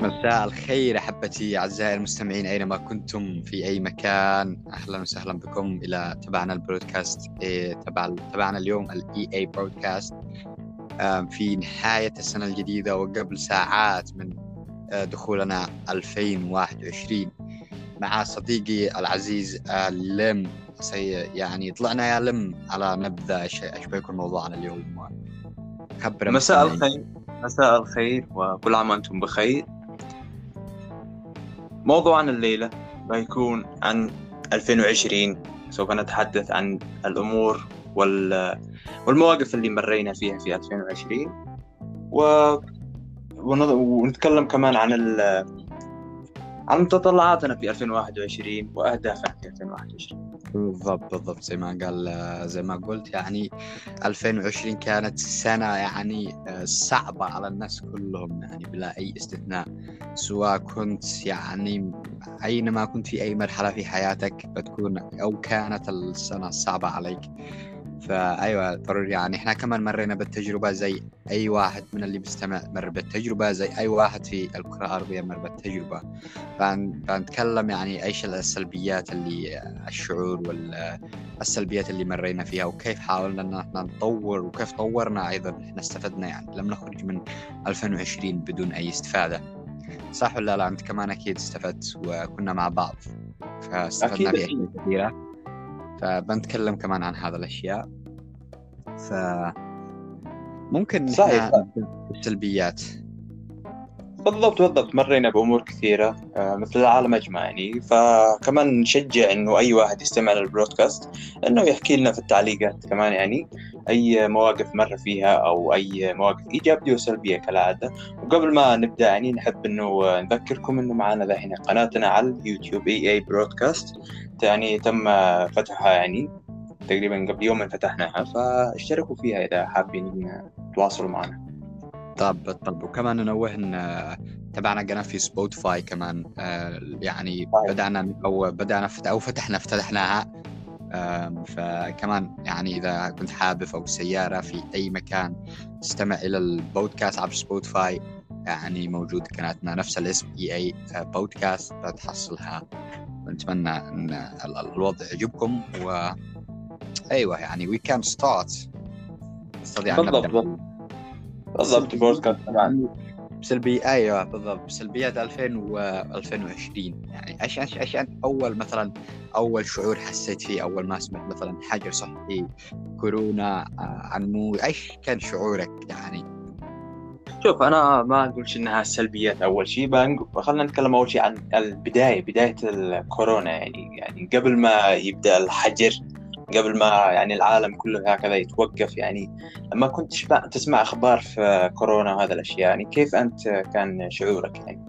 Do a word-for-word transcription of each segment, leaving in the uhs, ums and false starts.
مساء الخير أحبتي أعزائي المستمعين أينما كنتم في أي مكان. أهلا وسهلا بكم إلى تبعنا البرودكاست إيه، تبع تبعنا اليوم ال إي إيه برودكاست. آم، في نهاية السنة الجديدة وقبل ساعات من آه، دخولنا ألفين وواحد وعشرين مع صديقي العزيز آه، لم سي يعني طلعنا يا لم على نبذة إيش إيش بيكون موضوعنا اليوم. خبر مساء المستمعين. الخير. مساء الخير وكل عام وأنتم بخير. موضوعنا الليلة بيكون عن ألفين وعشرين. سوف نتحدث عن الأمور وال... والمواقف اللي مرينا فيها في ألفين وعشرين و... ونض... ونتكلم كمان عن ال... عن تطلعاتنا في ألفين وواحد وعشرين وأهدافنا في ألفين وواحد وعشرين. بالضبط بالضبط زي ما قال زي ما قلت يعني ألفين وعشرين كانت سنة يعني صعبة على الناس كلهم يعني بلا أي استثناء. سواء كنت يعني أينما كنت في أي مرحلة في حياتك بتكون أو كانت السنة صعبة عليك. فأيوة ضروري يعني إحنا كمان مرينا بالتجربة زي أي واحد من اللي بيستمع مر بالتجربة زي أي واحد في الكرة الأرضية مر بالتجربة. فنتكلم يعني إيش السلبيات اللي الشعور والسلبيات اللي مرينا فيها وكيف حاولنا أن احنا نطور وكيف طورنا أيضا إحنا استفدنا يعني لم نخرج من ألفين وعشرين بدون أي استفادة. صح ولا لا؟ أنت كمان أكيد استفدت وكنا مع بعض فاستفدنا أكيد في أكيد. أشياء كثيرة. فبنتكلم كمان عن هذا الأشياء. فممكن صحيح. نحن نبدأ بالسلبيات. بالضبط بالضبط مرينا بأمور كثيرة، آه، مثل العالم أجمع يعني. فكمان نشجع إنه أي واحد يستمع للبرودكاست إنه يحكي لنا في التعليقات كمان يعني أي مواقف مر فيها أو أي مواقف إيجابية وسلبية كالعادة. وقبل ما نبدأ يعني نحب إنه نذكركم إنه معنا ذحين قناتنا على اليوتيوب إي إيه برودكاست، يعني تم فتحها يعني تقريبا قبل يوم فتحناها، فاشتركوا فيها إذا حابين تواصلوا معنا. طب طب وكمان ننوه ان تبعنا قناة في سبوتيفاي كمان. آه، يعني بدأنا او بدأنا فت او فتحنا افتتحناها. آم، فكمان يعني إذا كنت حابب أو سيارة في أي مكان تستمع إلى البودكاست عبر سبوتيفاي يعني موجود قناتنا نفس الاسم إي إيه بودكاست تحصلها. نتمنى أن ال- الوضع يعجبكم وأيوة يعني we can start. نستطيع أن بالضبط نبدأ بالضبط بودكاست طبعا. بسلبي ايوه بالضبط بسلبيات ألفين و ألفين وعشرين. يعني ايش ايش ايش انت اول مثلا اول شعور حسيت فيه اول ما سمعت مثلا حاجه صحي كورونا آه، عنه ايش كان شعورك يعني؟ شوف، أنا ما أقولش إنها سلبيات. أول شيء بنق- خلينا نتكلم أول شيء عن البداية، بداية الكورونا يعني يعني قبل ما يبدأ الحجر، قبل ما يعني العالم كله هكذا يتوقف يعني. لما كنت تسمع تسمع أخبار في كورونا وهذا الأشياء، يعني كيف أنت كان شعورك يعني؟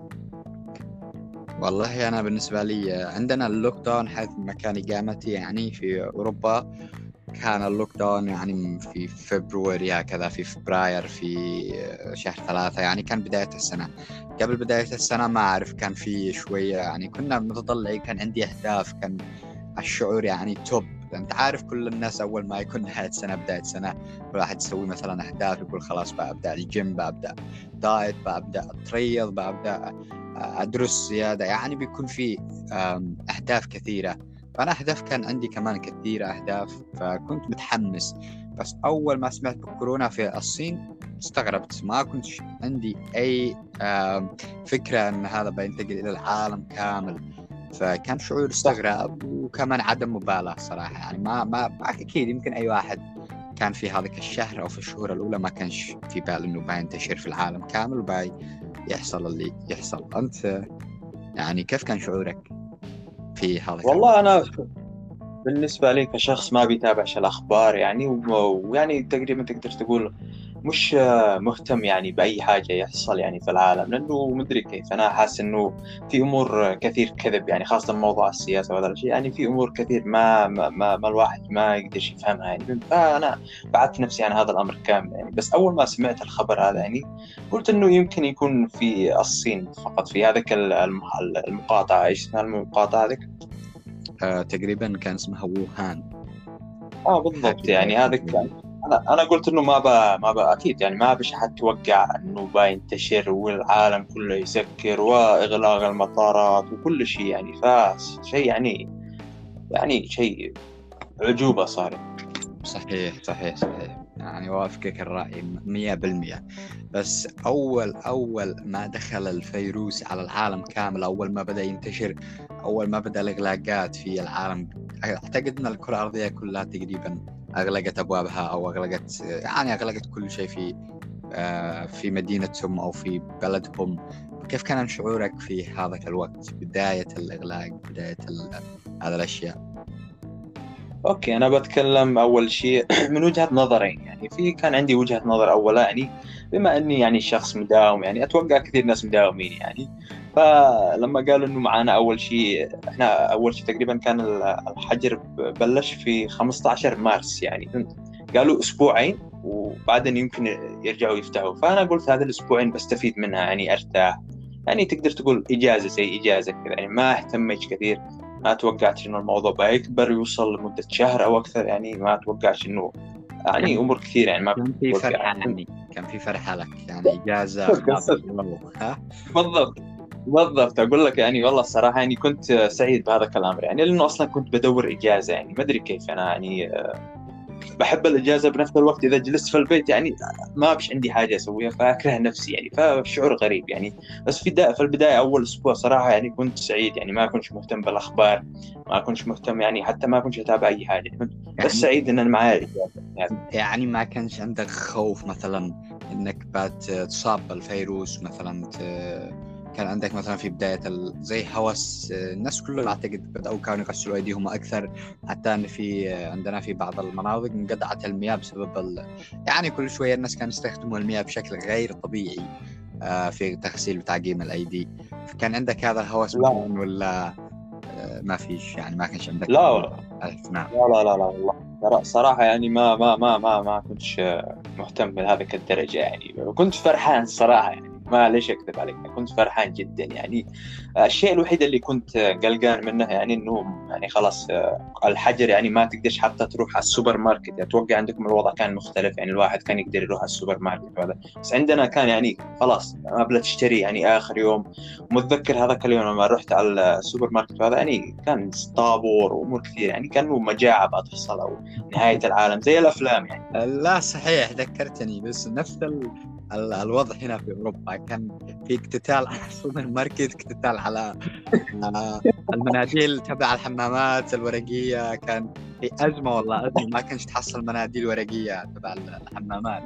والله انا بالنسبه لي آه، عندنا اللوك داون حيث مكان اقامتي يعني في اوروبا. كان اللوك داون يعني في فبراير هكذا في فبراير في شهر ثلاثة يعني كان بداية السنة. قبل بداية السنة ما أعرف كان في شوية يعني كنا متطلعين كان عندي أهداف كان الشعور يعني توب. أنت عارف كل الناس أول ما يكون نهاية سنة بداية سنة كل واحد يسوي مثلا أهداف يقول خلاص بأبدأ الجيم بأبدأ دايت بأبدأ أتريض بأبدأ أدرس زيادة يعني بيكون في أهداف كثيرة. فأنا أهداف كان عندي كمان كثيرة أهداف فكنت متحمس. بس أول ما سمعت بالكورونا في الصين استغربت ما كنت عندي أي فكرة أن هذا بينتقل إلى العالم كامل. فكان شعور صح. استغراب وكمان عدم مبالاة صراحة يعني ما ما ما- أكيد يمكن أي واحد كان في هذاك الشهر أو في الشهور الأولى ما كانش في بال إنه بينتشر في العالم كامل وباي يحصل اللي يحصل. أنت يعني كيف كان شعورك في هذاك والله الوقت؟ أنا بالنسبة لي كشخص ما بيتابعش الأخبار يعني، و- ويعني تقريبا تقدر تقول مش آه، مهتم يعني بأي حاجة يحصل يعني في العالم، لأنه مدري كيف. أنا حاسس إنه في أمور كثير كذب يعني، خاصة موضوع السياسة وهذا الشيء. يعني في أمور كثير ما ما, ما, ما الواحد ما يقدر يفهمها يعني. فأنا بعدت نفسي عن هذا الأمر كامل يعني. بس أول ما سمعت الخبر هذا يعني قلت إنه يمكن يكون في الصين فقط، في هذاك المح- المقاطعة، إيش اسمها المقاطعة هذيك؟ آه تقريبا كان اسمها ووهان. اه حاجة بالضبط زي يعني هذا كذا. كان انا انا قلت انه ما با ما با اكيد يعني ما بش حتوقع انه باينتشر والعالم كله يسكر واغلاق المطارات وكل شيء يعني، فشيء يعني يعني شيء عجوبة صار. صحيح صحيح صحيح، يعني وافقك الرأي مية بالمية. بس أول أول ما دخل الفيروس على العالم كامل، أول ما بدأ ينتشر، أول ما بدأ الإغلاقات في العالم، أعتقد أن الكرة الأرضية كلها تقريبا أغلقت أبوابها، أو أغلقت يعني أغلقت كل شيء في آه، في مدينتهم أو في بلدهم. كيف كان شعورك في هذا الوقت، بداية الإغلاق، بداية ال- هذه الأشياء؟ اوكي انا بتكلم اول شيء من وجهة نظرين. يعني في كان عندي وجهة نظر اولى، يعني بما اني يعني شخص مداوم، يعني اتوقع كثير ناس مداومين يعني. فلما قالوا انه معانا اول شيء، احنا اول شيء تقريبا كان الحجر بلش في خمسة عشر مارس، يعني قالوا اسبوعين وبعدين يمكن يرجعوا يفتحوا. فانا قلت هذا الاسبوعين بستفيد منها يعني ارتاح، يعني تقدر تقول اجازة زي اجازة كذا، يعني ما اهتمتش كثير. ما توقعت انه الموضوع بيكبر يوصل لمدة شهر او اكثر، يعني ما توقعش انه يعني امور كثير يعني ما كان في فرحة، توقعت. يعني كان في فرحة لك، يعني إجازة خلاص قصة والله. ها. بالضبط بالضبط اقول لك يعني والله الصراحه يعني كنت سعيد بهذا الامر، يعني لانه اصلا كنت بدور اجازه، يعني ما ادري كيف انا يعني بحب الاجازه بنفس الوقت اذا جلست في البيت يعني ما بش عندي حاجه اسويها فاكره نفسي يعني، فشعور غريب يعني. بس في دا في البدايه اول اسبوع صراحه يعني كنت سعيد، يعني ما كنت مهتم بالاخبار، ما كنت مهتم يعني حتى ما كنت اتابع اي حاجه، كنت بس يعني سعيد ان انا معايا اجازه يعني. يعني ما كانش عندك خوف مثلا إنك بتصاب بالفيروس مثلا، ت... كان عندك مثلا في بداية ال... زي هوس، الناس كلها أعتقد بدأوا كانوا يغسلوا أيديهم أكثر، حتى أن في عندنا في بعض المناطق انقطعت المياه بسبب ال... يعني كل شوية الناس كانوا يستخدموا المياه بشكل غير طبيعي آه، في تغسيل وتعقيم الأيدي. كان عندك هذا الهوس لا مثلا، ولا آه، ما فيش، يعني ما كانش عندك؟ لا ألف نعم. لا لا لا لا والله صراحة يعني ما ما ما ما ما كنتش مهتم بهذيك الدرجة يعني. كنت فرحان الصراحة يعني، ما ليش أكذب عليك، كنت فرحان جدا يعني. الشيء الوحيد اللي كنت قلقان منه يعني إنه يعني خلاص الحجر، يعني ما تقدرش حتى تروح على السوبر ماركت. أتوقع عندكم الوضع كان مختلف، يعني الواحد كان يقدر يروح على السوبر ماركت وهذا، بس عندنا كان يعني خلاص قبل تشتري يعني آخر يوم. متذكر هذاك اليوم لما رحت على السوبر ماركت وهذا، يعني كان طابور وأمور كثير، يعني كأنه مجاعة بتحصل أو نهاية العالم زي الأفلام يعني. لا صحيح، ذكرتني، بس نفس ال... ال... الوضع هنا في أوروبا، كان في اقتتال على السوبر ماركت، اقتتال على آه، المناديل تبع الحمامات الورقية. كان في أزمة، والله أزمة، ما كانش تحصل مناديل ورقية تبع الحمامات.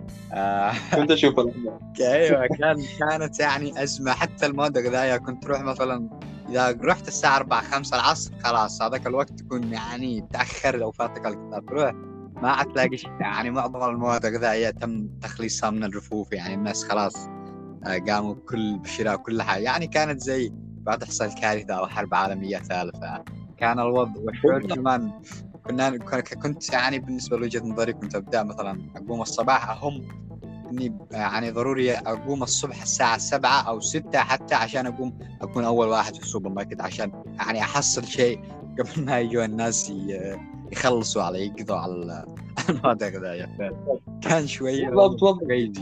آه. كنت أشوف الأفلام. ايوه، كان كانت يعني ازمه. حتى المواد ذايا كنت تروح مثلا، اذا رحت الساعه أربعة خمسة العصر، خلاص هذاك الوقت تكون يعني تاخر لو فاتك الكتاب، تروح ما حتلاقي شيء. يعني معظم المواد الغذائيه تم تخليصها من الرفوف، يعني الناس خلاص آه، قاموا بكل بشراء كل حاجه. يعني كانت زي بعد تحصل كارثه او حرب عالميه ثالثه. كان الوضع والشعور كمان. كنا كنت يعني بالنسبه لوجهه نظري كنت ابدا مثلا اقوم الصباح، اهم اني يعني ضروري اقوم الصبح الساعة سبعة او ستة حتى، عشان اقوم اكون اول واحد في السوبر ماركت، عشان يعني احصل شيء قبل ما يجوا الناس ي- يخلصوا على يقضوا على المواد الغذائية. كان شوية بالضبط بالضبط. كريزي.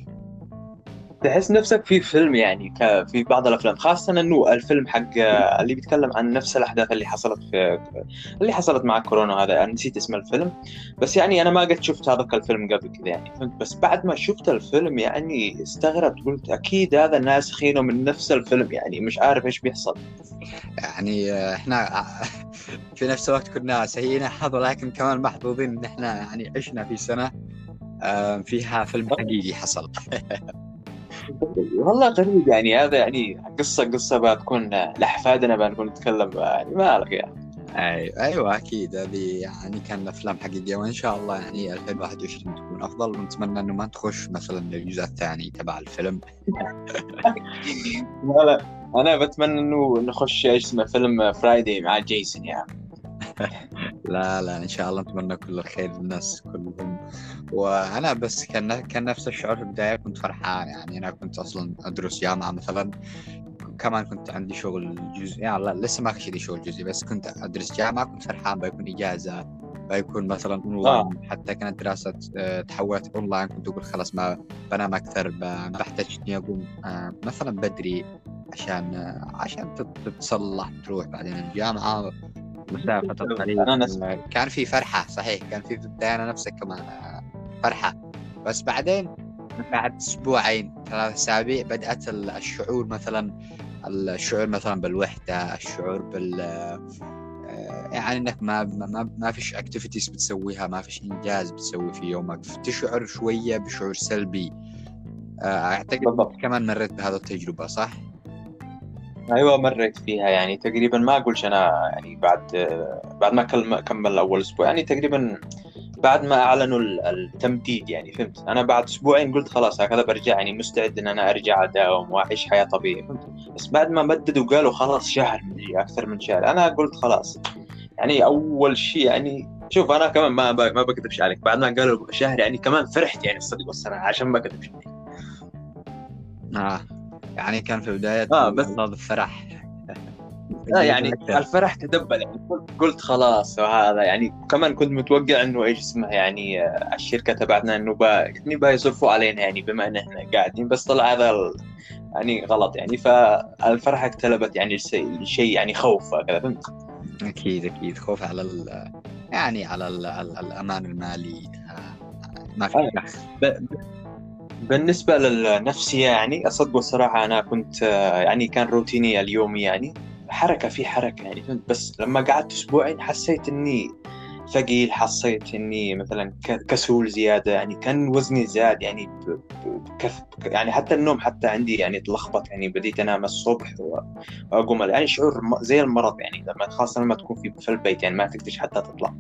تحس نفسك في فيلم يعني، ك- في بعض الافلام، خاصه انه الفيلم حق اللي بيتكلم عن نفس الاحداث اللي حصلت في اللي حصلت مع كورونا هذا. انا نسيت اسم الفيلم، بس يعني انا ما قد شفت هذاك الفيلم قبل كذا يعني، فهمت؟ بس بعد ما شفت الفيلم يعني استغربت، قلت اكيد هذا ناسخينه من نفس الفيلم، يعني مش عارف ايش بيحصل. يعني احنا في نفس الوقت كنا سيئين حظ، ولكن كمان محظوظين ان احنا يعني عشنا في سنة آه، فيها فيلم حقيقي حصل. والله غريب يعني، هذا يعني قصه قصه بتكون لاحفادنا بنكون نتكلم يعني، ما لك يعني. أيوة, أيوة أكيد، هذه يعني كان أفلام حقيقية، وإن شاء الله يعني ألفين وواحد وعشرين تكون أفضل، ونتمنى إنه ما تخش مثلا الجزء الثاني تبع الفيلم. لا لا انا بتمنى انه نخش ايش اسمه فيلم فرايداي مع جيسون يعني. لا لا، إن شاء الله نتمنى كل الخير للناس كلهم. وأنا بس كان كان نفس الشعور في البداية، كنت فرحان. يعني أنا كنت أصلا أدرس جامعة مثلا، كمان كنت عندي شغل جزئي، يعني لا لسه ما أخذ شغل جزئي، بس كنت أدرس جامعة، كنت فرحان بيكون إجازة فيكون مثلا آه اونلاين. حتى كانت دراسه آه، تحولت اونلاين، كنت اقول خلاص ما بنام اكثر، ب- ما بحتاج اني اقوم آه، مثلا بدري عشان آه، عشان تت- تتصلح تروح بعدين الجامعه مسافه الطريق. أنا نفس آه، كان في فرحه صحيح، كان في في البدايه انا نفسك كمان آه، فرحه. بس بعدين بعد اسبوعين ثلاث اسابيع بدات ال- الشعور مثلا الشعور مثلا بالوحده، الشعور بال آه، يعني انك ما ما ما ما فيش اكتيفيتيز بتسويها، ما فيش انجاز بتسوي في يومك، تشعر شويه بشعور سلبي. آه، اعتقد انت بالضبط. كمان مريت بهذه التجربه صح؟ أيوة مريت فيها يعني تقريبا، ما أقولش أنا يعني بعد بعد ما كل- كمل أول أسبوع يعني تقريبا، بعد ما أعلنوا ال- التمديد يعني فهمت، أنا بعد أسبوعين قلت خلاص هكذا برجع، يعني مستعد إن أنا أرجع أداوم وأعيش حياة طبيعية فهمت. بس بعد ما مددوا وقالوا خلاص شهر مدري أكثر من شهر، أنا قلت خلاص. يعني أول شيء يعني شوف أنا كمان ما ب- ما بكذبش عليك، بعد ما قالوا شهر يعني كمان فرحت يعني الصدق والصراحة عشان ما أكذبش عليك. اه يعني كان في بدايه آه بس هذا الفرح آه تجربه يعني اكثر. الفرح تدبل يعني، قلت قلت خلاص وهذا يعني، كمان كنت متوقع انه ايش اسمه يعني آه، الشركه تبعتنا انه با يعني با يصرفوا علينا يعني بما ان احنا قاعدين، بس طلع هذا ال- يعني غلط يعني، فالفرحه اقتلبت يعني الشيء شيء يعني خوف كذا فهمت. اكيد اكيد خوف على ال يعني على ال ال الامان المالي. آه، ما في آه. دخل. ب- بالنسبه للنفسيه يعني الصدق والصراحه انا كنت آه، يعني كان روتيني اليومي يعني حركه في حركه يعني فهمت، بس لما قعدت اسبوعين حسيت اني ثقيل، حسيت اني مثلا ك- كسول زياده يعني، كان وزني زاد يعني ب... ب... كث... يعني حتى النوم حتى عندي يعني تلخبط يعني، بديت انام الصبح و- واقوم يعني شعور م- زي المرض يعني، لما خاصه لما تكون في في البيت يعني ما تقدرش حتى تطلع.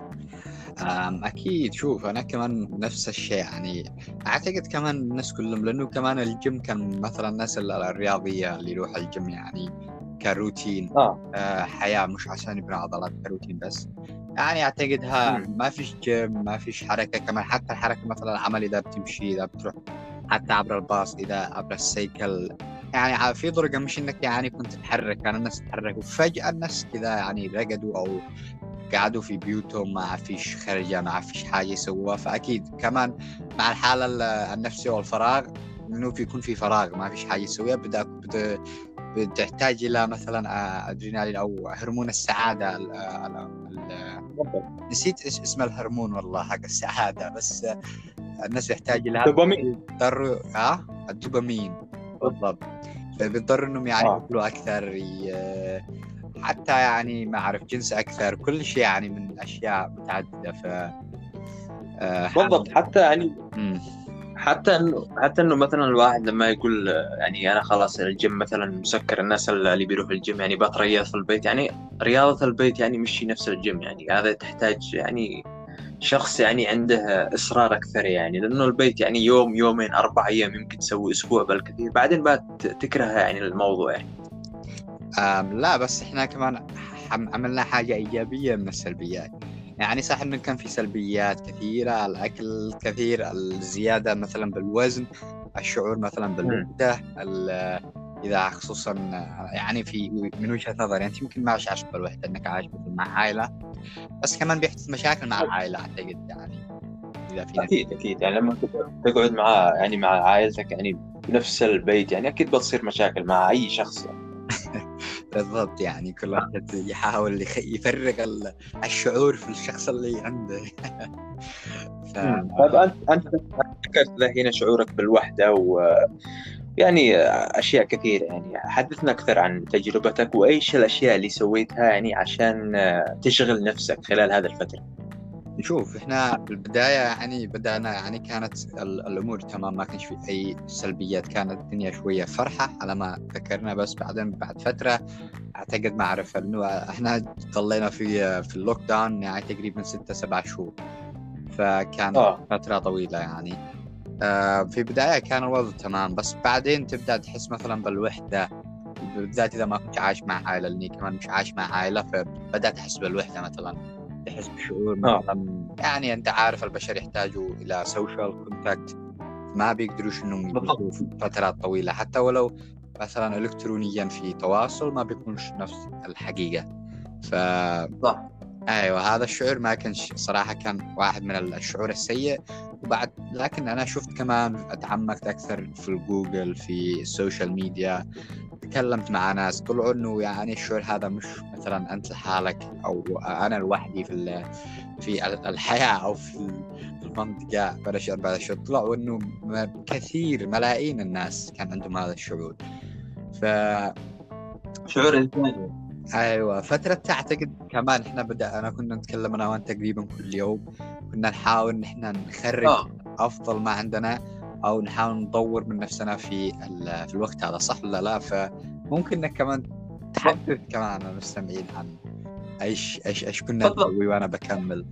أم، أكيد. شوف أنا كمان نفس الشيء يعني، أعتقد كمان الناس كلهم، لأنه كمان الجيم كان مثلا الناس ال- الرياضية اللي يروح الجيم يعني كروتين اه آه، حياة، مش عشان يبني عضلات، كروتين بس. يعني أعتقدها امم ما فيش جيم، ما فيش حركة كمان. حتى الحركة مثلا العمل إذا بتمشي، إذا بتروح حتى عبر الباص، إذا عبر السيكل، يعني ع- في طرق مش إنك يعني كنت تتحرك، كان الناس تتحرك وفجأة الناس كذا يعني رقدوا أو قعدوا في بيوتهم، ما فيش خرجة، ما فيش حاجة يسووها. فأكيد كمان مع الحالة ال- النفسية والفراغ، إنه في يكون في فراغ ما فيش حاجة يسويها، بدأ بت- بتحتاج إلى مثلا آه، أدرينالين أو هرمون السعادة. ال- ال- ال- بالضبط. نسيت إيش اسم الهرمون والله حق السعادة، بس آه، الناس يحتاج إلى هذا، دوبامين. يضطروا اه الدوبامين بالضبط. فبيضطروا إنهم يعني اه ياكلوا أكثر، ي- حتى يعني ما أعرف جنس أكثر، كل شيء يعني من أشياء متعددة. ف آه، بالضبط. حال حتى يعني مم. حتى انه حتى انه مثلا الواحد لما يقول آه، يعني انا خلاص الجيم مثلا مسكر، الناس اللي بيروحوا الجيم يعني بتريض في البيت يعني، رياضة البيت يعني مش نفس الجيم يعني، هذا تحتاج يعني شخص يعني عنده إصرار أكثر يعني، لأنه البيت يعني يوم يومين أربع أيام يمكن تسوي أسبوع بالكثير، بعدين بقى ت- تكره يعني الموضوع يعني. آم لا بس إحنا كمان حم- عملنا حاجة إيجابية من السلبيات. يعني صح إنه كان في سلبيات كثيرة، الأكل كثير، الزيادة مثلا بالوزن، الشعور مثلا مم. بالوحدة، ال- إذا خصوصا يعني في من وجهة نظري أنت يمكن ما عايش بالوحدة، إنك عايش مثل مع عائلة، بس كمان بيحدث مشاكل مع العائلة أعتقد يعني، إذا في ناس. أكيد أكيد يعني لما تقعد تقعد مع يعني مع عائلتك يعني بنفس البيت يعني أكيد بتصير مشاكل مع أي شخص يعني. بالضبط، يعني كل واحد يحاول يخ- يفرغ ال- الشعور في الشخص اللي عنده. ف مم. طيب أنت أنت ذكرت ذا هنا شعورك بالوحدة ويعني أشياء كثيرة يعني، حدثنا أكثر عن تجربتك وإيش الأشياء اللي سويتها يعني عشان آه، تشغل نفسك خلال هذه الفترة. نشوف احنا بالبداية يعني بدأنا يعني كانت ال- الأمور تمام، ما كانش في أي سلبيات، كانت الدنيا شوية فرحة على ما ذكرنا. بس بعدين بعد فترة أعتقد ما أعرف إنه احنا ضلينا في في اللوك داون يعني تقريبا ستة سبعة شهور، فكان آه فترة طويلة يعني. آه، في بداية كان الوضع تمام، بس بعدين تبدأ تحس مثلا بالوحدة، بالذات إذا ما كنت عايش مع عائلة، لأني كمان مش عايش مع عائلة، فبدأت أحس بالوحدة مثلا. تحس بشعور آه مثلا، يعني أنت عارف البشر يحتاجوا إلى سوشيال كونتاكت، ما بيقدروش إنهم بالضبط. يجلسوا فترات طويلة، حتى ولو مثلا إلكترونيا في تواصل ما بيكونش نفس الحقيقة. ف صح ايوه هذا الشعور ما كان ش- صراحة كان واحد من الشعور السيء. وبعد لكن انا شفت كمان تعمقت اكثر في الجوجل في السوشيال ميديا، تكلمت مع ناس طلعوا انه يعني الشعور هذا مش مثلا انت لحالك او انا لوحدي في ال- في ال- الحياة او في ال- في المنطقة بشعر بهذا الشعور. طلعوا انه م- كثير ملايين الناس كان عندهم هذا الشعور. ف شعور إنساني. ايوه فترة تعتقد كمان احنا بدأنا كنا نتكلم انا وانت تقريبا كل يوم، كنا نحاول ان احنا نخرج آه افضل ما عندنا او نحاول نطور من نفسنا في ال- في الوقت هذا، صح ولا لا؟ فممكن انك كمان تحدث كمان المستمعين عن ايش ايش ايش كنا بالضبط. نسوي وانا بكمل.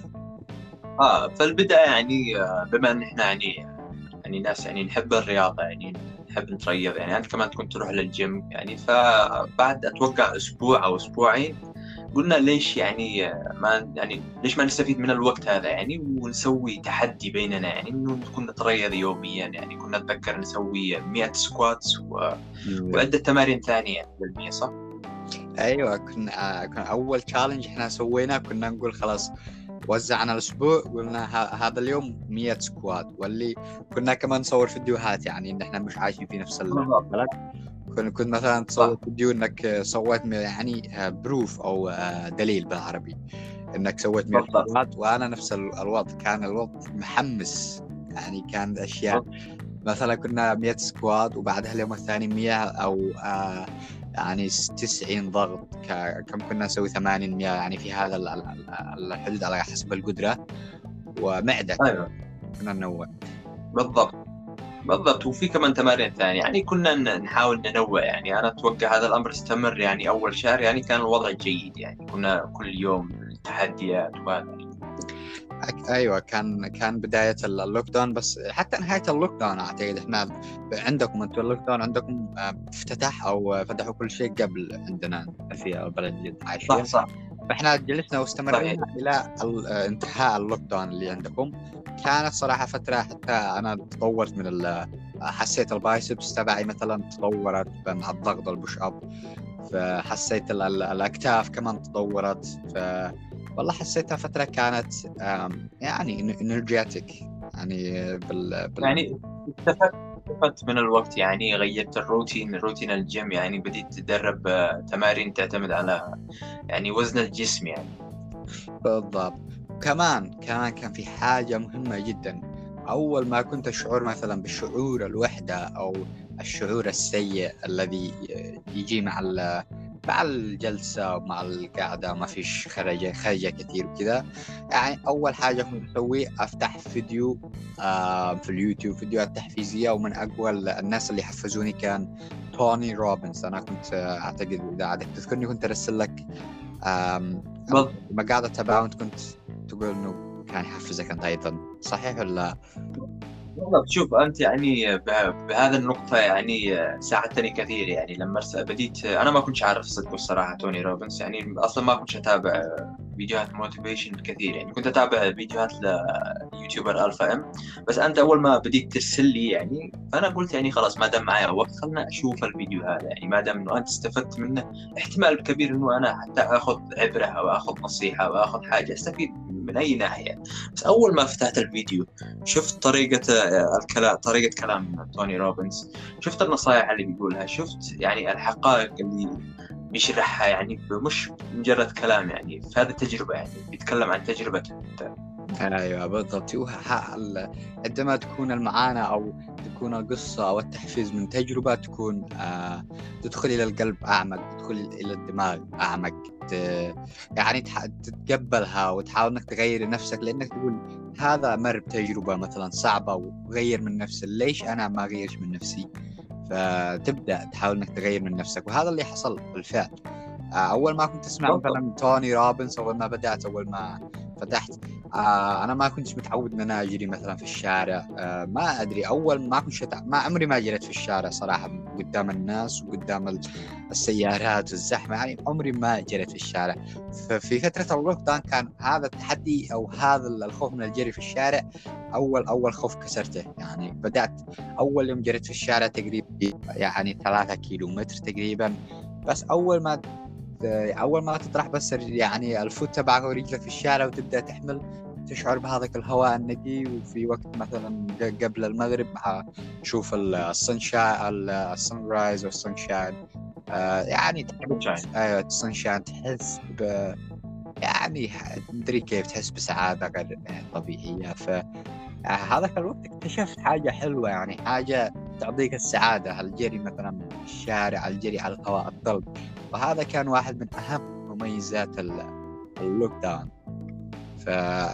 آه فالبداية يعني آه، بما إن إحنا يعني يعني ناس يعني نحب الرياضة، يعني نحب نتريض، يعني أنت كمان كنت تروح للجيم يعني. فبعد أتوقع أسبوع أو أسبوعين قلنا ليش يعني آه، ما يعني ليش ما نستفيد من الوقت هذا يعني ونسوي تحدي بيننا، يعني إنه نكون نتريض يوميا. يعني كنا نتذكر نسوي مئة سكواتس و... وعدة تمارين ثانية للمية، صح؟ ايوه كنا كان اول تشالنج احنا سويناه كنا نقول خلاص وزعنا الاسبوع قلنا ه- هذا اليوم مية سكواد، واللي كنا كمان نصور فيديوهات يعني ان احنا مش عايشين في نفس بالضبط. البلد. كنا كنت مثلا تصور صح. فيديو انك سويت م- يعني بروف او آه، دليل بالعربي انك سويت مية بالضبط. سكواد، وانا نفس ال- الوضع، كان الوضع محمس يعني. كان اشياء مثلا كنا مية سكواد وبعدها اليوم الثاني مية او آه يعني تسعين ضغط، ك- كم كنا نسوي ثمانين يعني في هذا ال- ال- ال- الحدود على حسب القدرة ومعدة. أيوه كنا ننوع. بالضبط. بالضبط. وفي كمان تمارين ثانية يعني كنا ن- نحاول ننوع. يعني أنا أتوقع هذا الأمر استمر يعني أول شهر، يعني كان الوضع جيد، يعني كنا كل يوم تحديات وهذا. أك- ايوه كان كان بدايه ال- اللوك داون، بس حتى نهايه اللوك داون اعتقد احنا عندكم انتم اللوك داون عندكم آه، افتتح او فتحوا كل شيء قبل عندنا في البلد اللي انت عايش صح فيها. صح. فاحنا جلسنا صحيح. واستمرينا الى ال- آه، انتهاء اللوك داون اللي عندكم. كانت صراحه فتره حتى انا تطورت من ال- حسيت البايسبس تبعي مثلا تطورت مع الضغط البوش اب، فحسيت ال- ال- الاكتاف كمان تطورت. ف والله حسيتها فترة كانت آم، يعني انرجياتيك يعني بال... بال... يعني استفدت استفدت من الوقت، يعني غيرت الروتين روتين الجيم، يعني بديت تدرب آه، تمارين تعتمد على يعني وزن الجسم يعني. بالضبط. كمان كمان كان في حاجة مهمة جدا. أول ما كنت أشعر مثلا بالشعور الوحدة أو الشعور السيء الذي يجي مع ال... مع الجلسة ومع القعدة ما فيش خرجة خرجة كثير وكذا، يعني أول حاجة كنت أسوي أفتح فيديو آه في اليوتيوب، فيديوهات تحفيزية. ومن أقوى الناس اللي حفزوني كان توني روبنز. أنا كنت آه، أعتقد إذا عادك تذكرني كنت أرسل لك آم، بالضبط. مقاطع تبعه وأنت كنت تقول إنه كان يحفزك أنت أيضا، صحيح ولا؟ والله شوف أنت يعني ب- بهذا النقطة يعني ساعدتني كثير. يعني لما رس- بديت أنا ما كنتش عارف صدق الصراحة توني روبنز، يعني أصلا ما كنتش أتابع فيديوهات موتيفيشن كثير. يعني كنت أتابع فيديوهات ليوتيوبر ألفا إم. بس أنت أول ما بديت ترسل لي يعني فأنا قلت يعني خلاص ما دام معي وقت خلنا أشوف الفيديو هذا، يعني ما دام إنه أنت استفدت منه احتمال كبير إنه أنا حتى آخذ عبرة أو آخذ نصيحة أو آخذ حاجة أستفيد من أي ناحية. بس أول ما فتحت الفيديو شفت طريقة الكلام، طريقة كلام توني روبنز، شفت النصائح اللي بيقولها، شفت يعني الحقائق اللي بيشرحها، يعني مش مجرد كلام. يعني في هذه التجربة يعني بيتكلم عن تجربته. ايوه بالضبط. هو ح- ال- عندما تكون المعاناة او تكون القصة او التحفيز من تجربة تكون آه تدخل الى القلب اعمق، تدخل الى الدماغ اعمق، ت- يعني تح- تتقبلها وتحاول انك تغير نفسك، لانك تقول هذا مر بتجربة مثلا صعبة وغير من نفسه، ليش انا ما غيرش من نفسي؟ فتبدأ تحاول انك تغير من نفسك، وهذا اللي حصل بالفعل. آه، اول ما كنت اسمع بالضبط. مثلا توني روبنز، اول ما بدأت اول ما فتحت آه انا ما كنت متعود ان انا اجري مثلا في الشارع. آه ما ادري، اول ما كنت شتع... ما عمري ما جريت في الشارع صراحه قدام الناس وقدام ال- السيارات والزحمه، يعني عمري ما جريت في الشارع. ففي فتره اللوك داون كان هذا التحدي او هذا الخوف من الجري في الشارع اول اول خوف كسرته. يعني بدات اول يوم جريت في الشارع تقريبا يعني ثلاثة كيلو متر تقريبا. بس اول ما أول ما تطرح بس يعني الفوت تبعك ورجلك في الشارع وتبدأ تحمل، تشعر بهذاك الهواء النقي. وفي وقت مثلا قبل المغرب تشوف السنشاين السنرايز والسنشاين، آه يعني ايوه السنشاين، تحس ب يعني مدري كيف، تحس بسعادة غير طبيعية. فهذاك الوقت اكتشفت حاجة حلوة، يعني حاجة تعطيك السعادة، الجري مثلا في الشارع، الجري على الهواء الطلق. وهذا كان واحد من أهم مميزات اللوك داون. ف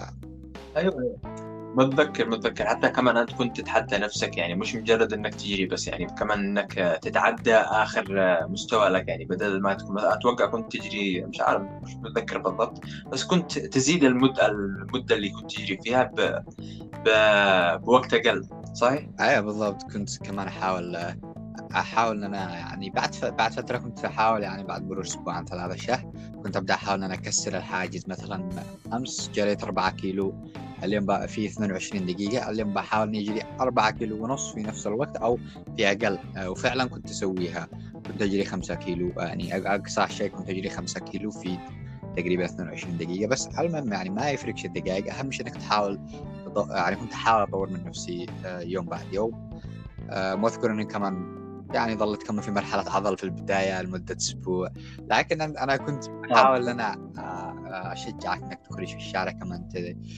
ايوه متذكر متذكر حتى كمان أنت كنت تتحدى نفسك، يعني مش مجرد إنك تجري بس، يعني كمان إنك تتعدى آخر مستوى لك، يعني بدل ما تكون أتوقع كنت تجري مش عارف مش متذكر بالضبط، بس كنت تزيد المدة المدة اللي كنت تجري فيها ب... ب... بوقت أقل، صحيح؟ ايوه بالضبط. كنت كمان احاول احاول ان انا يعني بعد ف... بعد فتره كنت احاول يعني بعد مرور اسبوعين ثلاثة شهر كنت ابدا احاول ان انا اكسر الحاجز. مثلا امس جريت أربعة كيلو، اليوم بقى في اثنين وعشرين دقيقه، اليوم بحاول نجري أربعة كيلو ونص في نفس الوقت او في اقل. وفعلا كنت اسويها، كنت اجري خمسة كيلو، يعني اقصى شيء كنت اجري خمسة كيلو في تقريبا اثنين وعشرين دقيقه. بس المهم يعني ما يفرقش الدقائق، اهم شيء انك تحاول تض... يعني كنت احاول اطور من نفسي يوم بعد يوم. واذكر اني كمان يعني ظلت كمان في مرحلة عضل في البداية لمدة أسبوع، لكن أنا كنت أحاول أن أنا أشجعك أنك تخرج في الشارع كمان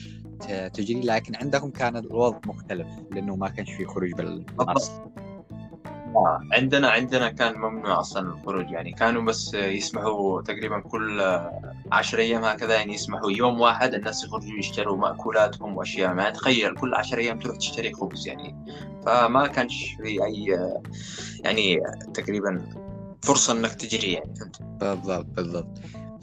تجري، لكن عندكم كان الوضع مختلف لأنه ما كانش في خروج بالأصل. عندنا عندنا كان ممنوع أصلا الخروج، يعني كانوا بس يسمحوا تقريبا كل عشر أيام هكذا، يعني يسمحوا يوم واحد الناس يخرجوا يشتروا مأكولاتهم وأشياء. ما تخيل كل عشر أيام تروح تشتري خبز يعني، فما كانش في أي يعني تقريبا فرصة إنك تجري يعني. بالضبط بالضبط.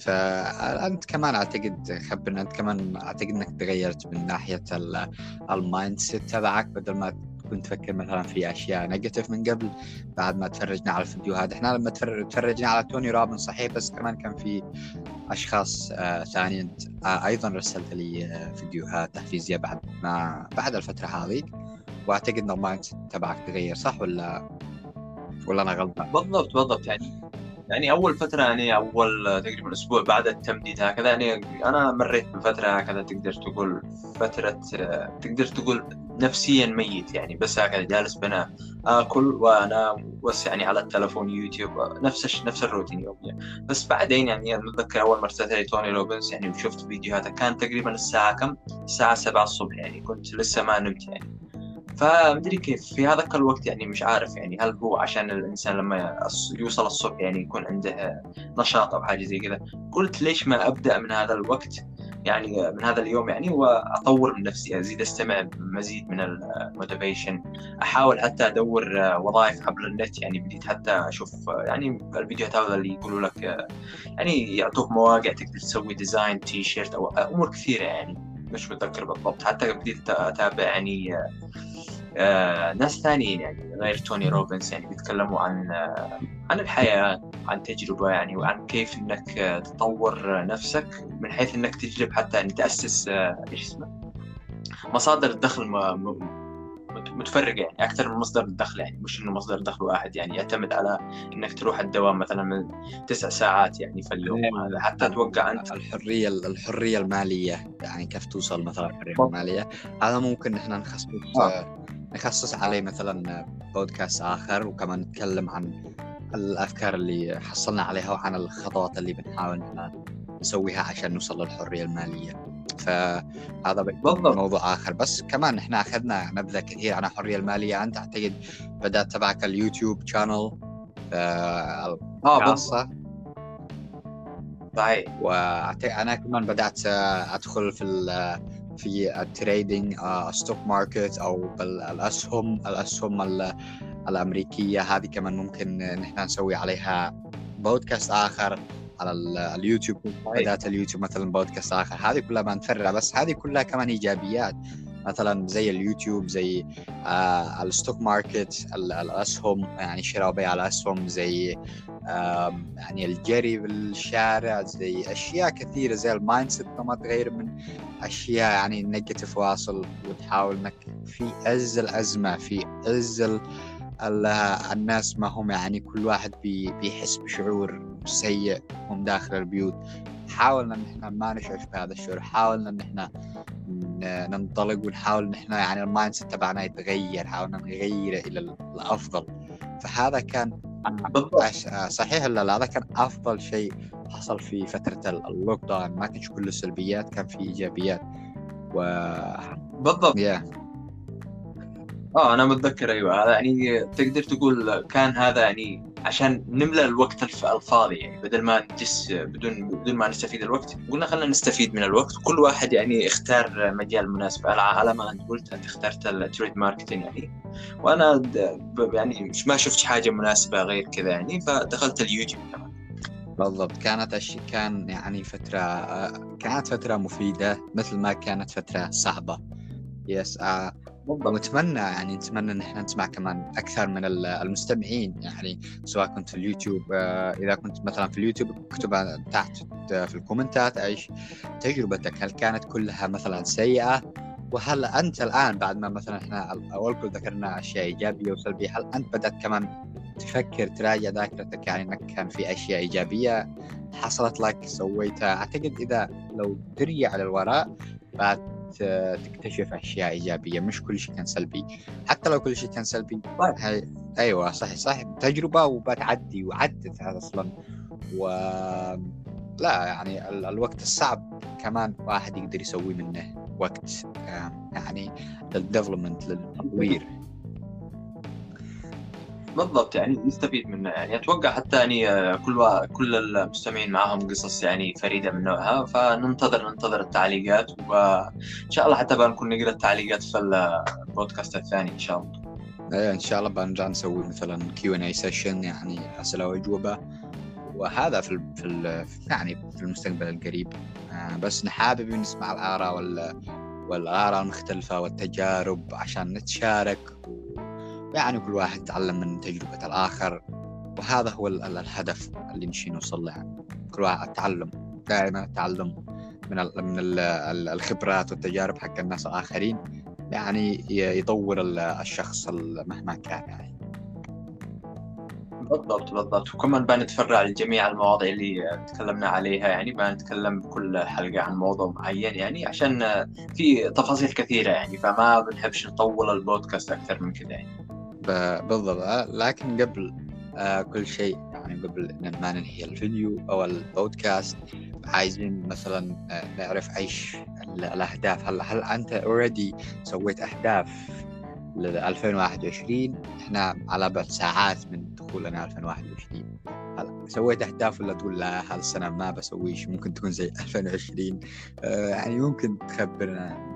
فأنت كمان أعتقد خبرنا، أنت كمان أعتقد أنك تغيرت من ناحية المايند سيت تبعك، بدل ما كنت تفكر مثلا في أشياء نيجاتيف من قبل. بعد ما تفرجنا على الفيديوهات، إحنا لما تفرجنا على توني رابنز صحيح، بس كمان كان في أشخاص آه ثانيين آه أيضا رسلت لي آه فيديوهات تحفيزية بعد ما بعد الفترة هذه، وأعتقد أن المايند سيت تبعك تغير، صح ولا ولا أنا غلطان؟ بالضبط بالضبط. يعني يعني أول فترة، يعني أول تقريبا أسبوع بعد التمديد هكذا، يعني أنا مريت بفترة هكذا تقدر تقول فترة تقدر تقول نفسيا ميت، يعني بس هكذا جالس بنا آكل وأنام بس، يعني على التلفون يوتيوب، نفس نفس الروتين يوميا يعني. بس بعدين يعني أتذكر أول مرة ارسلت لي توني روبنز يعني وشفت فيديوهاته، كان تقريبا الساعة كم؟ الساعة سبعة الصبح، يعني كنت لسه ما نمت يعني. فمدري كيف في هذاك الوقت، يعني مش عارف يعني هل هو عشان الإنسان لما يوصل الصبح يعني يكون عنده نشاط أو حاجة زي كذا. قلت ليش ما أبدأ من هذا الوقت، يعني من هذا اليوم يعني، وأطور من نفسي، أزيد أستمع مزيد من الموتيفيشن، أحاول حتى أدور وظائف عبر النت. يعني بديت حتى أشوف يعني الفيديوهات هذا اللي يقولوا لك يعني يعطوك مواقع تقدر تسوي ديزاين تي شيرت أو أمور كثيرة، يعني مش متذكر بالضبط. حتى بديت أتابع يعني آه ناس ثانيين يعني غير توني روبنز، يعني بيتكلموا عن آه عن الحياة، عن تجربة يعني، وعن كيف إنك آه تطور نفسك من حيث إنك تجلب حتى أن تأسس آه إيش اسمه مصادر الدخل م- م- متفرقة، يعني أكثر من مصدر الدخل، يعني مش إنه مصدر دخل واحد يعني يعتمد على إنك تروح الدوام مثلا من تسع ساعات يعني في اليوم، هذا حتى أتوقع أنت الحرية الحرية المالية، يعني كيف توصل مثلا الحرية المالية. هذا ممكن إحنا نخصص آه. نخصص عليه مثلا بودكاست آخر، وكمان نتكلم عن الأفكار اللي حصلنا عليها وعن الخطوات اللي بنحاول نسويها عشان نوصل للحرية المالية. فهذا موضوع آخر. بس كمان إحنا أخذنا نبذة كثير عن الحرية المالية. أنت أعتقد بدأت تبعك اليوتيوب شانل خاصة، صحيح. وأنا كمان بدأت أدخل في في التريدينج ستوك ماركت أو بالأسهم الأسهم الأمريكية. هذه كمان ممكن نحن نسوي عليها بودكاست آخر على اليوتيوب. بدأت اليوتيوب مثلا بودكاست آخر، هذه كلها ما نفرع، بس هذه كلها كمان إيجابيات، مثلا زي اليوتيوب، زي آه الستوك ماركت، الأسهم، يعني شراء وبيع الأسهم، زي آه يعني الجري بالشارع، زي أشياء كثيرة، زي المايند سيت ما تغير من أشياء يعني نيجاتيف واصل، وتحاول إنك في عز الأزمة، في عز ال- الناس ما هم يعني كل واحد بي بيحس بشعور سيء هم داخل البيوت. حاولنا ان احنا ما نشعر بهذا الشعور، حاولنا ان احنا ن- ننطلق ونحاول ان احنا يعني المايند سيت تبعنا يتغير، حاولنا نغيره الى ال- الافضل. فهذا كان بالضبط أش- آه، صحيح ولا لا؟ هذا كان افضل شيء حصل في فترة ال- اللوك داون. ما كانش كله سلبيات، كان في ايجابيات. و بالضبط يا اه انا متذكر ايوه. هذا يعني تقدر تقول كان هذا يعني عشان نملأ الوقت الف- الفاضي، يعني بدل ما نجلس بدون بدون ما نستفيد الوقت، قلنا خلينا نستفيد من الوقت. كل واحد يعني اختار مجال مناسب. على على ما انت قلت، انت اخترت التريد ماركتينج يعني، وانا د- ب- يعني مش ما شفت حاجه مناسبه غير كذا يعني، فدخلت اليوتيوب كمان. بالضبط. كانت أش... كان يعني فترة آه، كانت فترة مفيدة مثل ما كانت فترة صعبة. يس آه بالضبط ونتمنى يعني نتمنى ان احنا نسمع كمان اكثر من ال- المستمعين، يعني سواء كنت في اليوتيوب. آه، اذا كنت مثلا في اليوتيوب اكتب تحت في الكومنتات ايش تجربتك، هل كانت كلها مثلا سيئة؟ وهل انت الان بعد ما مثلا احنا اول كل ذكرنا اشياء ايجابية وسلبية، هل انت بدأت كمان تفكر تراجع ذاكرتك، يعني انك كان في اشياء ايجابية حصلت لك سويتها؟ اعتقد اذا لو ترجع للوراء تكتشف أشياء إيجابية، مش كل شيء كان سلبي. حتى لو كل شيء كان سلبي طيب. هي... أيوة صحيح صحيح تجربة وبتعدي وعدت هذا أصلا. و لا يعني ال... الوقت الصعب كمان واحد يقدر يسوي منه وقت آم، يعني للديفلوبمنت، للتطوير. بالضبط يعني نستفيد منه يعني. اتوقع حتى يعني آه، كل وا- كل المستمعين معاهم قصص يعني فريده من نوعها، فننتظر ننتظر التعليقات، وان شاء الله حتى بنكون نقرا التعليقات في البودكاست الثاني ان شاء الله. إيه، إن شاء الله بنرجع نسوي مثلا كيو إن إيه سيشن، يعني أسئلة وأجوبة، وهذا في ال... في ال... يعني في المستقبل القريب. آه، بس نحابب نسمع الآراء وال... والآراء المختلفة والتجارب عشان نتشارك، ويعني كل واحد يتعلم من تجربة الآخر. وهذا هو ال... ال- الهدف اللي نشي نوصل له، يعني كل واحد التعلم، دائما التعلم من ال... من ال... ال- الخبرات والتجارب حق الناس الآخرين، يعني ي- يطور ال- الشخص ال- مهما كان يعني. بالضبط بالضبط وكمان بنتفرع لجميع المواضيع اللي تكلمنا عليها، يعني بنتكلم بكل حلقة عن موضوع معين يعني، عشان آه، في تفاصيل كثيرة يعني، فما بنحبش نطول البودكاست أكثر من كذا يعني. ب- بالضبط. آه، لكن قبل آه كل شيء، يعني قبل إن ما ننهي الفيديو أو البودكاست، عايزين مثلا آه نعرف إيش ال- الأهداف. هل هل أنت already سويت أهداف ل ألفين وواحد وعشرين؟ إحنا على بعد ساعات من دخولنا ألفين وواحد وعشرين. هل سويت أهداف ولا تقول لا هذا السنة ما بسويش، ممكن تكون زي ألفين وعشرين؟ آه يعني ممكن تخبرنا؟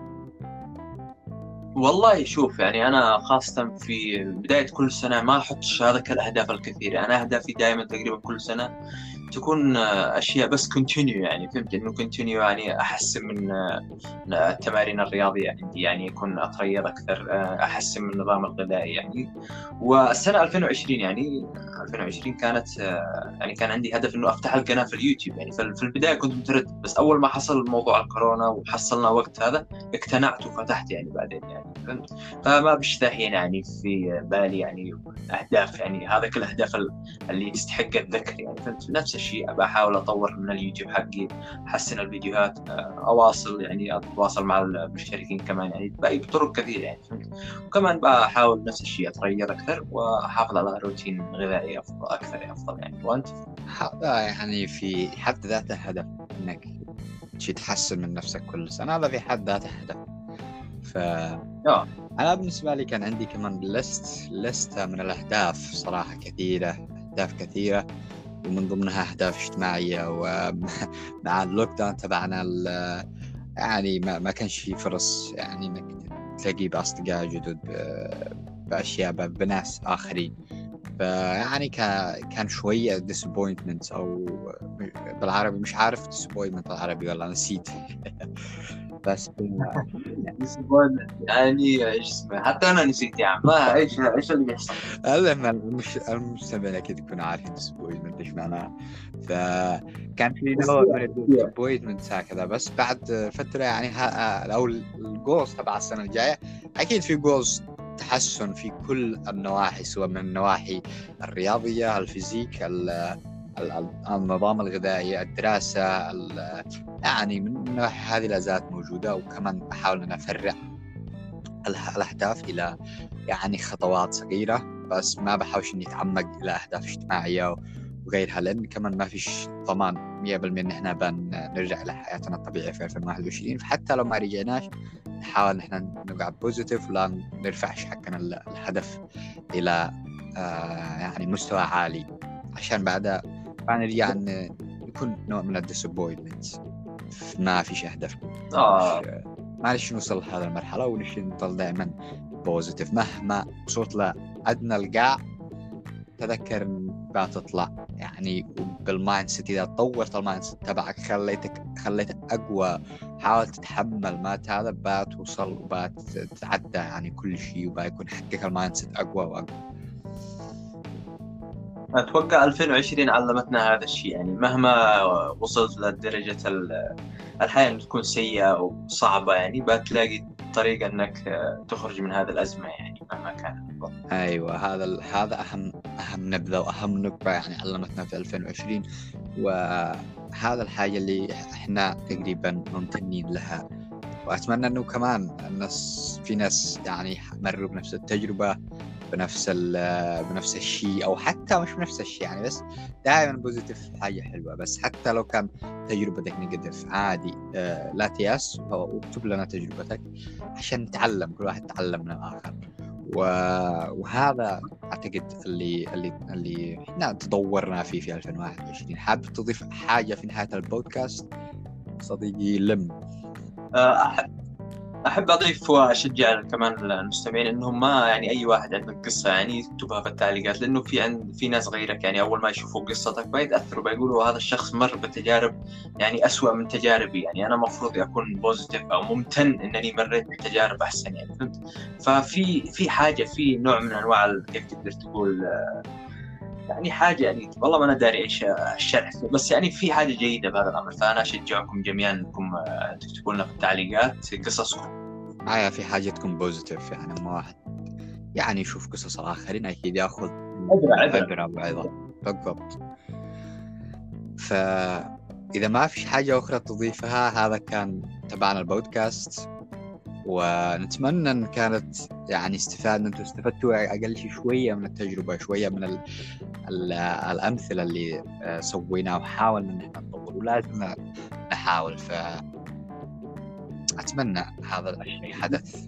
والله شوف يعني أنا خاصة في بداية كل سنة ما أحطش هذاك الأهداف الكثيرة. أنا أهدافي دائما تقريبا كل سنة تكون آه، أشياء بس كونتينيو، يعني فهمت إنه كونتينيو يعني أحسن من آه، التمارين الرياضية عندي، يعني يكون أتريض أكثر، آه، أحسن من النظام الغذائي يعني. والسنة ألفين وعشرين يعني ألفين وعشرين كانت آه، يعني كان عندي هدف إنه أفتح القناة في اليوتيوب يعني. في في البداية كنت متردد، بس أول ما حصل موضوع الكورونا وحصلنا وقت هذا اقتنعت وفتحت يعني بعدين يعني، فهمت. فما بش ذحين يعني في بالي يعني أهداف، يعني هذا كل الأهداف اللي تستحق الذكر يعني، فهمت. نفس الشيء بحاول أطور من اليوتيوب حقي، أحسن الفيديوهات، أواصل يعني أتواصل مع المشتركين كمان يعني بأي بطرق كثيرة يعني، فهمت. وكمان بحاول نفس الشيء أتغير أكثر وأحافظ على روتين غذائي أفضل أكثر أفضل يعني. وأنت؟ هذا يعني في حد ذاته هدف، إنك شي تحسن من نفسك كل سنة، هذا في حد ذاته هدف. آه. فأنا بالنسبة لي كان عندي كمان لست لستة من الأهداف صراحة كثيرة، أهداف كثيرة، ومن ضمنها أهداف اجتماعية. ومع اللوك داون تبعنا ال- يعني ما, ما كانش في فرص يعني إنك تلاقي بأصدقاء جدد، ب- بأشياء ب- بناس آخرين. فيعني كان كان شوية disappointment، أو بالعربي مش عارف disappointment بالعربي والله نسيت. بس يعني ايش اسمه، حتى انا نسيت يا عم. ما ايش ايش اللي بيحصل؟ المهم المش... المستمعين أكيد يكونوا عارفين disappointment إيش معناها. فكان في نوع من disappointment هكذا. بس بعد فترة يعني ها... أو الجولز تبع السنة الجاية، أكيد في جولز تحسن في كل النواحي، سواء من النواحي الرياضية، الفيزيك، النظام الغذائي، الدراسة، يعني من النواحي هذه الأزات موجودة. وكمان بحاول أن أفرع الأهداف إلى يعني خطوات صغيرة، بس ما بحاولش إني أتعمق إلى أهداف اجتماعية وغيرها، لأن كمان ما فيش ضمان مية بالمية إن إحنا بنرجع إلى حياتنا الطبيعية في ألفين وواحد وعشرين. فحتى لو ما رجعناش نحاول إحنا نقعد بوزيتيف ولا نرفعش حقنا الهدف إلى آه يعني مستوى عالي، عشان بعد نرجع نكون نوع من الديسابوينتمنت، ما فيش أهداف. آه. معلش نوصل لهذا المرحلة ونشي نضل دائما بوزيتيف، مهما وصلت لأدنى القاع تذكر بتطلع يعني. بالمايند سيت إذا طورت المايند سيت تبعك، خليتك خليتك أقوى، حاول تتحمل مات هذا، بتوصل وبتتعدى يعني كل شيء، وبيكون حقك المايند سيت أقوى وأقوى. أتوقع ألفين وعشرين علمتنا هذا الشيء، يعني مهما وصلت لدرجة الحياة أن تكون سيئة وصعبة، يعني بتلاقي طريقة أنك تخرج من هذه الأزمة يعني مهما كان. أيوة، هذا هذا أهم أهم نبذة وأهم نقطة يعني علمتنا في ألفين وعشرين، وهذا الحاجة اللي إحنا تقريبا ممتنين لها. وأتمنى أنه كمان الناس في ناس يعني مروا بنفس التجربة، بنفس بنفس الشيء، أو حتى مش بنفس الشيء يعني، بس دائما بوزيتيف حاجة حلوة. بس حتى لو كان تجربتك نيجاتيف عادي، آه لا تيأس، واكتب لنا تجربتك عشان نتعلم، كل واحد يتعلم من الآخر. وهذا أعتقد اللي اللي اللي إحنا تطورنا فيه في ألفين وواحد وعشرين. حابب تضيف حاجة في نهاية البودكاست صديقي لم؟ أحب أحب أضيف وأشجع كمان المستمعين إنهم ما يعني أي واحد عنده قصة يعني يكتبها في التعليقات، لأنه في عند في ناس غيرك يعني أول ما يشوفوا قصتك بيتأثروا، بيقولوا هذا الشخص مر بتجارب يعني أسوأ من تجاربي، يعني أنا مفروض أكون بوزيتيف أو ممتن إنني مريت بتجارب أحسن يعني، فهمت؟ ففي في حاجة في نوع من أنواع كيف تقدر تقول يعني حاجة يعني والله ما أنا داري إيش الشرح، بس يعني في حاجة جيدة بهذا الأمر. فأنا أشجعكم جميعا أنكم تكتبوا لنا في التعليقات قصصكم. آه في حاجة تكون بوزيتيف، يعني ما واحد يعني يشوف قصص الآخرين أكيد يأخذ عبرة بعضها. بالضبط. فإذا ما في حاجة أخرى تضيفها، هذا كان تبعنا البودكاست، ونتمنى أن كانت يعني استفادة، أنتم استفدتوا أقل شيء شوية من التجربة، شوية من ال ال الأمثلة اللي سويناها، وحاولنا أن احنا نطور ولازم نحاول. فأتمنى هذا الشيء حدث.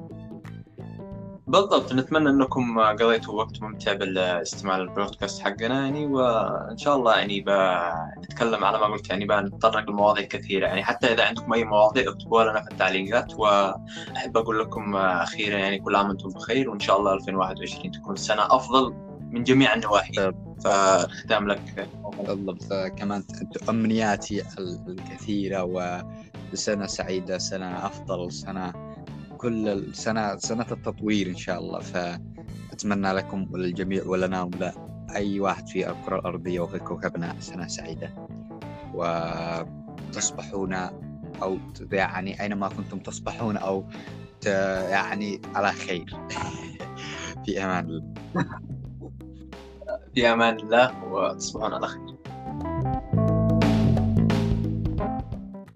بالضبط، نتمنى أنكم قضيتوا وقت ممتع بالاستماع للبودكاست حقنا يعني، وإن شاء الله يعني بنتكلم على ما قلت يعني بنتطرق لمواضيع كثيرة يعني. حتى إذا عندكم أي مواضيع اكتبوها لنا في التعليقات. وأحب أقول لكم أخيرا يعني كل عام وأنتم بخير، وإن شاء الله ألفين وواحد وعشرين تكون سنة أفضل من جميع النواحي. فختام لك. بالضبط، كمان أمنياتي الكثيرة، وسنة سعيدة، سنة أفضل، سنة كل السنة سنة التطوير إن شاء الله. فأتمنى لكم وللجميع ولنا ولا أي واحد في الكرة الأرضية وفي كوكبنا سنة سعيدة، وتصبحون أو يعني أينما كنتم تصبحون أو يعني على خير. في أمان الله. في أمان الله وتصبحون على خير.